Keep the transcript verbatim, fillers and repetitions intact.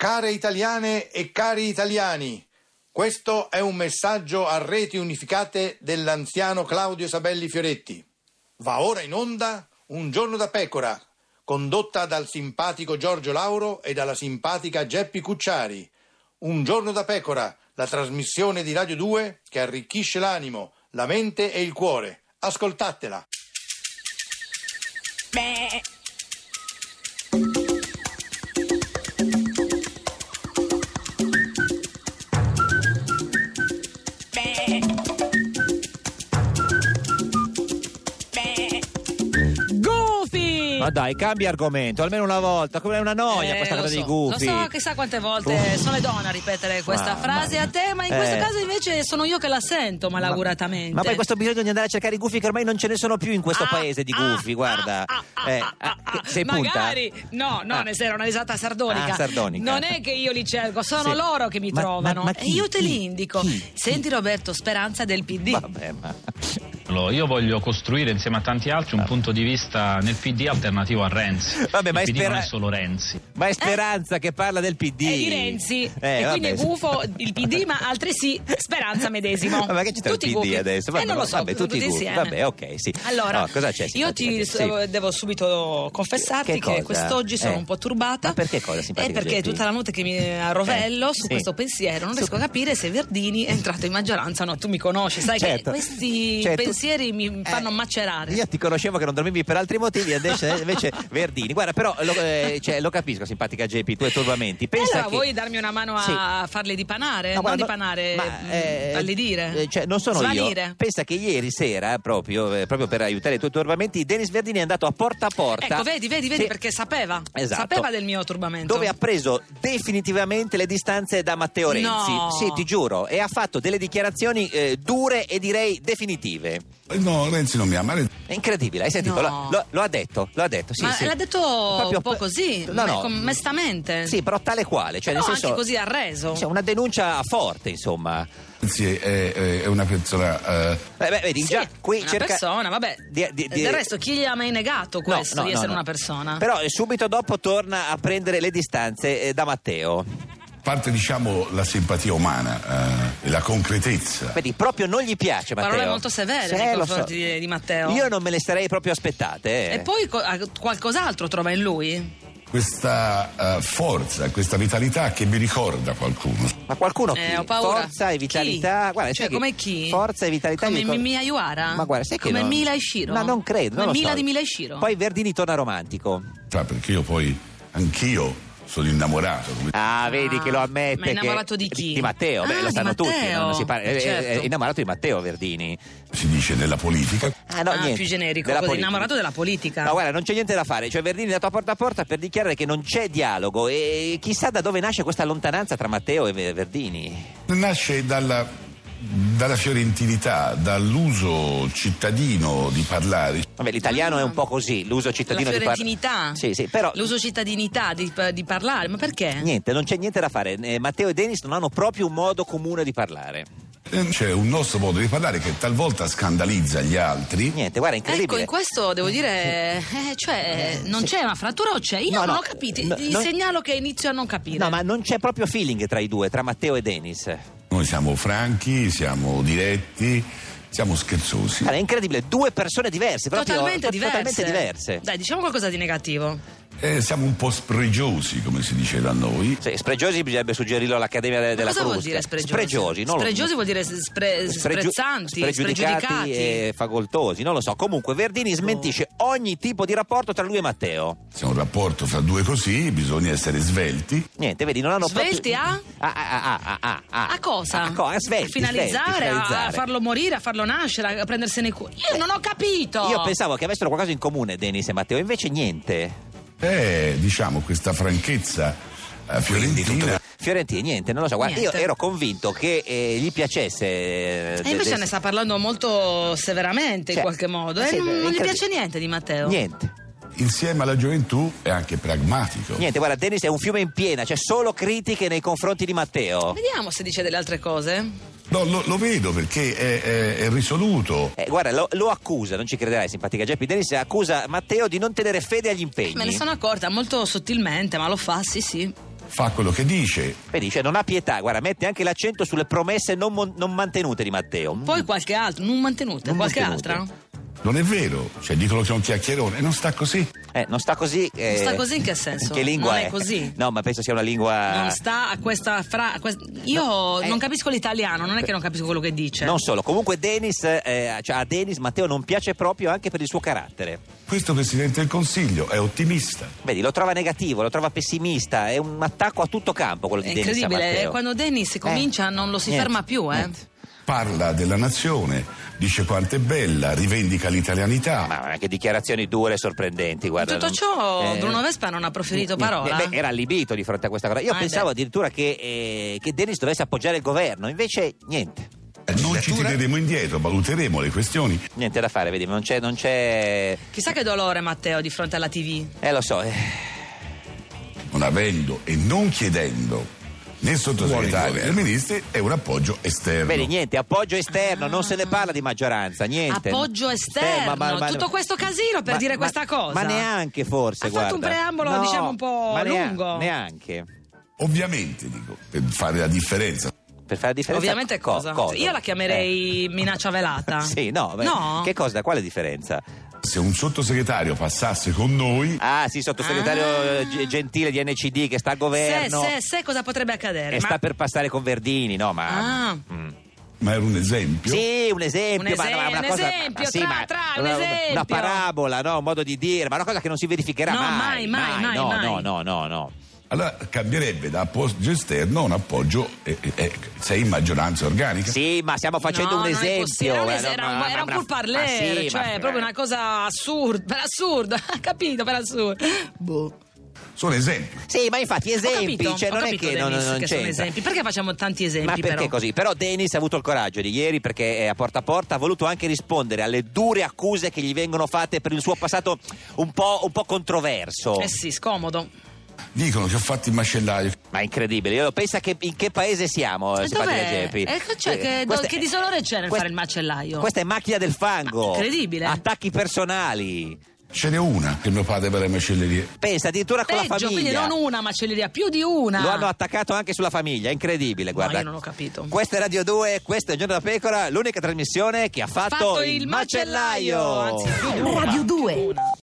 Care italiane e cari italiani, questo è un messaggio a reti unificate dell'anziano Claudio Sabelli Fioretti. Va ora in onda Un giorno da pecora, condotta dal simpatico Giorgio Lauro e dalla simpatica Geppi Cucciari. Un giorno da pecora, la trasmissione di Radio due che arricchisce l'animo, la mente e il cuore. Ascoltatela. Beh. Ma dai, cambia argomento, almeno una volta, come è una noia eh, questa cosa so, dei gufi. Lo so, chissà quante volte uh. sono le donne a ripetere questa ma, frase ma, a te, ma in eh. questo caso invece sono io che la sento malauguratamente. Ma, ma poi questo bisogno di andare a cercare i gufi che ormai non ce ne sono più in questo ah, paese di gufi, ah, guarda. Ah, ah, eh, ah, ah, ah, sei punta? Magari, no, no, ah. ne era una risata sardonica. Ah, sardonica. Non è che io li cerco, sono sì. loro che mi ma, trovano ma, ma chi, e io te chi, li indico. Chi, Senti chi? Roberto, Speranza del P D. Vabbè, ma... Io voglio costruire insieme a tanti altri un punto di vista nel P D alternativo a Renzi. Vabbè, ma il è P D spera... non è solo Renzi. Ma è Speranza eh? che parla del P D. E di Renzi. Eh, e vabbè. quindi è gufo il P D, ma altresì Speranza medesimo. Ma che c'è il P D gufi. adesso? Vabbè, eh, non lo so, vabbè, tutti, tutti insieme. Vabbè, ok, sì. Allora, no, cosa c'è, io ti sì. devo subito confessarti che, che quest'oggi sono eh. un po' turbata. Ma perché cosa, simpatica? È perché Geppi? tutta la notte che mi arrovello eh, su sì. questo pensiero non su... riesco a capire se Verdini è entrato in maggioranza o no. Tu mi conosci, sai certo. che questi cioè, pensieri tu... mi fanno eh, macerare. Io ti conoscevo che non dormivi per altri motivi, invece, invece Verdini. Guarda, però lo, eh, cioè, lo capisco, simpatica Geppi, i tuoi turbamenti. Pensa allora, che... vuoi darmi una mano a sì. farle dipanare? No, guarda, non dipanare, ma, eh, allidire? Eh, cioè, non sono Svanire. io. Pensa che ieri sera, proprio, eh, proprio per aiutare i tuoi turbamenti, Denis Verdini è andato a porta a porta. Ecco, vedi, vedi, vedi, che... perché sapeva. Esatto. Sapeva del mio turbamento. Dove ha preso definitivamente le distanze da Matteo Renzi. No. Sì, ti giuro. E ha fatto delle dichiarazioni eh, dure e direi definitive. No, Renzi non mi ama. È incredibile, hai sentito? No. Lo, lo, lo ha detto, lo ha detto. Sì, Ma sì. l'ha detto proprio un po' così, no, no. me- mestamente. Sì, però tale quale. Cioè, Però nel senso, anche così arreso. Cioè, una denuncia forte, insomma. Renzi è, è, è una persona. Uh... Beh, beh, vedi, Sì, già qui una cerca... persona, vabbè. Di, di, di... Del resto, chi gli ha mai negato questo no, no, di essere no, no. una persona? Però eh, subito dopo torna a prendere le distanze eh, da Matteo. Parte, diciamo, la simpatia umana uh, e la concretezza. Vedi, proprio non gli piace Matteo. Parole molto severe sì, nei lo confronti so. di, di Matteo. Io non me le sarei proprio aspettate. Eh. E poi co- qualcos'altro trova in lui? Questa uh, forza, questa vitalità che mi ricorda qualcuno. Ma qualcuno chi? Eh, ho paura. Forza e vitalità. Chi? Guarda, cioè, sai come che chi? Forza e vitalità. Come gli ricorda- Mimì Ayuara? Ma guarda, sai che come non... Mila Ishiro? No, non credo. Come non lo Mila so. di Mila Ishiro? Poi Verdini torna romantico. Cioè, perché io poi, anch'io, sono innamorato. Come... Ah, vedi che lo ammette. Ma è innamorato che... di chi? Di Matteo, Ah, beh, lo di sanno tutti. Matteo. Non si parla... è- Certo. È innamorato di Matteo Verdini. Si dice nella politica. Ah, no, Ah, niente. più generico, Della così, politica. innamorato della politica. No, guarda, non c'è niente da fare. Cioè, Verdini è andato a porta a porta per dichiarare che non c'è dialogo. E chissà da dove nasce questa lontananza tra Matteo e Verdini. Nasce dalla. Dalla fiorentinità, dall'uso cittadino di parlare. Vabbè, l'italiano Ah. è un po' così, l'uso cittadino La di parlare. fiorentinità? Sì, sì, però L'uso cittadinità di, di parlare, ma perché? niente, non c'è niente da fare. Eh, Matteo e Denis non hanno proprio un modo comune di parlare. C'è un nostro modo di parlare che talvolta scandalizza gli altri. Niente, guarda, Ecco, incredibile. in questo devo dire, eh, cioè, non c'è una frattura o c'è? Io No, non no, ho capito, no, gli no. segnalo che inizio a non capire. No, ma non c'è proprio feeling tra i due, tra Matteo e Denis. Noi siamo franchi, siamo diretti, siamo scherzosi. Allora, è incredibile, due persone diverse, proprio totalmente to- diverse. totalmente diverse. Dai, diciamo qualcosa di negativo. Eh, siamo un po' spregiosi, come si dice da noi. Sì, spregiosi bisognerebbe suggerirlo all'Accademia de- della Cosa Crusca. vuol dire spregiosi? Spregiosi, non lo- Spregiosi vuol dire spre- Spregiu- sprezzanti, spregiudicati spregiudicati. e facoltosi, non lo so. Comunque Verdini smentisce ogni tipo di rapporto tra lui e Matteo. Se è un rapporto fra due così, bisogna essere svelti. Niente, vedi, non hanno Svelti proprio... a? A, a, a, a, a, a. A cosa? A, co- a svelti, a finalizzare, svelti, a- finalizzare. a farlo morire, a farlo nascere, a prendersene cura. Io non ho capito. Io pensavo che avessero qualcosa in comune Denis e Matteo, invece niente. Eh, diciamo, questa franchezza eh, fiorentina. Fiorentini, niente, non lo so. Guarda, Niente. io ero convinto che eh, gli piacesse. eh, E de- invece de- ne sta parlando molto severamente Cioè, in qualche modo. sì, E non, non gli incredibile. piace niente di Matteo. Niente. Insieme alla gioventù è anche pragmatico. Niente, guarda, Denis è un fiume in piena, c'è solo critiche nei confronti di Matteo. Vediamo se dice delle altre cose. No, lo, lo vedo perché è, è- è risoluto. Eh, guarda, lo, lo accusa, non ci crederai, simpatica Geppi. Denis accusa Matteo di non tenere fede agli impegni. Me ne sono accorta molto sottilmente, ma lo fa, sì, sì. fa quello che dice. Beh, dice non ha pietà, guarda, mette anche l'accento sulle promesse non, mon- non mantenute di Matteo. Poi qualche altro, non mantenute, Non qualche mantenute. altra? Non è vero, cioè dicono che è un chiacchierone e non sta così. Eh, non sta così. eh, Non sta così in che senso? Che lingua Non è? è così. No, ma penso sia una lingua. Non sta a questa frase. Io No, eh. non capisco l'italiano, non è che non capisco quello che dice. Non solo, comunque Denis, eh, cioè a Denis Matteo non piace proprio anche per il suo carattere. Questo Presidente del Consiglio è ottimista. Vedi, lo trova negativo, lo trova pessimista, è un attacco a tutto campo quello di È Denis a incredibile, Matteo. quando Denis comincia non lo si niente, ferma più, eh. niente. Parla della nazione, dice quanto è bella, rivendica l'italianità. Ma che dichiarazioni dure e sorprendenti, guarda. Tutto non- ciò eh, Bruno Vespa non ha proferito eh, parola. beh, era allibito di fronte a questa cosa. Io Ah, pensavo beh. addirittura che, eh, che Denis dovesse appoggiare il governo, invece niente. Non ci tireremo indietro, valuteremo le questioni. Niente da fare, vedi, non c'è, non c'è. Chissà che dolore Matteo di fronte alla tivù. Eh, lo so. eh. Non avendo e non chiedendo né il sottosegretario né il ministro è un appoggio esterno. Vedi, niente, appoggio esterno, non se ne parla di maggioranza, niente. Appoggio esterno, tutto questo casino per ma- dire ma- questa cosa. Ma neanche forse, Ha guarda. fatto un preambolo, No, diciamo, un po' ma nea- lungo. Neanche. Ovviamente, dico, per fare la differenza. Per fare la differenza. Ovviamente co- cosa? Io la chiamerei minaccia velata. Sì, no, beh, No? che cosa? Quale differenza? Se un sottosegretario passasse con noi, Ah, sì, sottosegretario Ah. eh, Gentile di N C D che sta al Se, governo se, se cosa potrebbe accadere? e Ma- sta per passare con Verdini, no? Ma. Ah. Mm. ma era un esempio. Sì, un esempio, Un ma ese- ma una un cosa, esempio, ma sì, tra, ma tra, un una, esempio. una parabola, no? Un modo di dire, ma una cosa che non si verificherà No, mai. mai, mai, mai, no, mai. no, no, no, no. Allora cambierebbe da appoggio esterno a un appoggio, eh, eh, sei in maggioranza organica. Sì, ma stiamo facendo No, un non è esempio. possibile, era un, es- eh, era un, ma- era un ma- pur parler, ma sì, cioè ma- proprio una cosa assurda, per assurdo, capito, per assurdo. Boh. Sono esempi. Sì, ma infatti Ho esempi, capito, cioè ho non è capito, che non, Denis, non che sono c'entra. esempi. Perché facciamo tanti esempi Ma perché però? così? Però Denis ha avuto il coraggio di ieri, perché è a porta a porta, ha voluto anche rispondere alle dure accuse che gli vengono fatte per il suo passato un po', un po' controverso. Eh sì, scomodo. Dicono che ho fatto il macellaio. Ma incredibile, io pensa che in che paese siamo, E simpatico dov'è? Geppi? E che- cioè, Eh, che, do- questa- che disonore c'è nel questa- fare il macellaio? Questa è macchina del fango. Incredibile. Attacchi personali. Ce n'è una che mio padre per le macellerie. Pensa, addirittura con Peggio, la quindi famiglia. non una macelleria, più di una. Lo hanno attaccato anche sulla famiglia, incredibile, guarda. io non ho capito. Questa è Radio due, questo è Il Giorno da Pecora, l'unica trasmissione che ha fatto, Fatto il macellaio, anzi più di una. Radio due.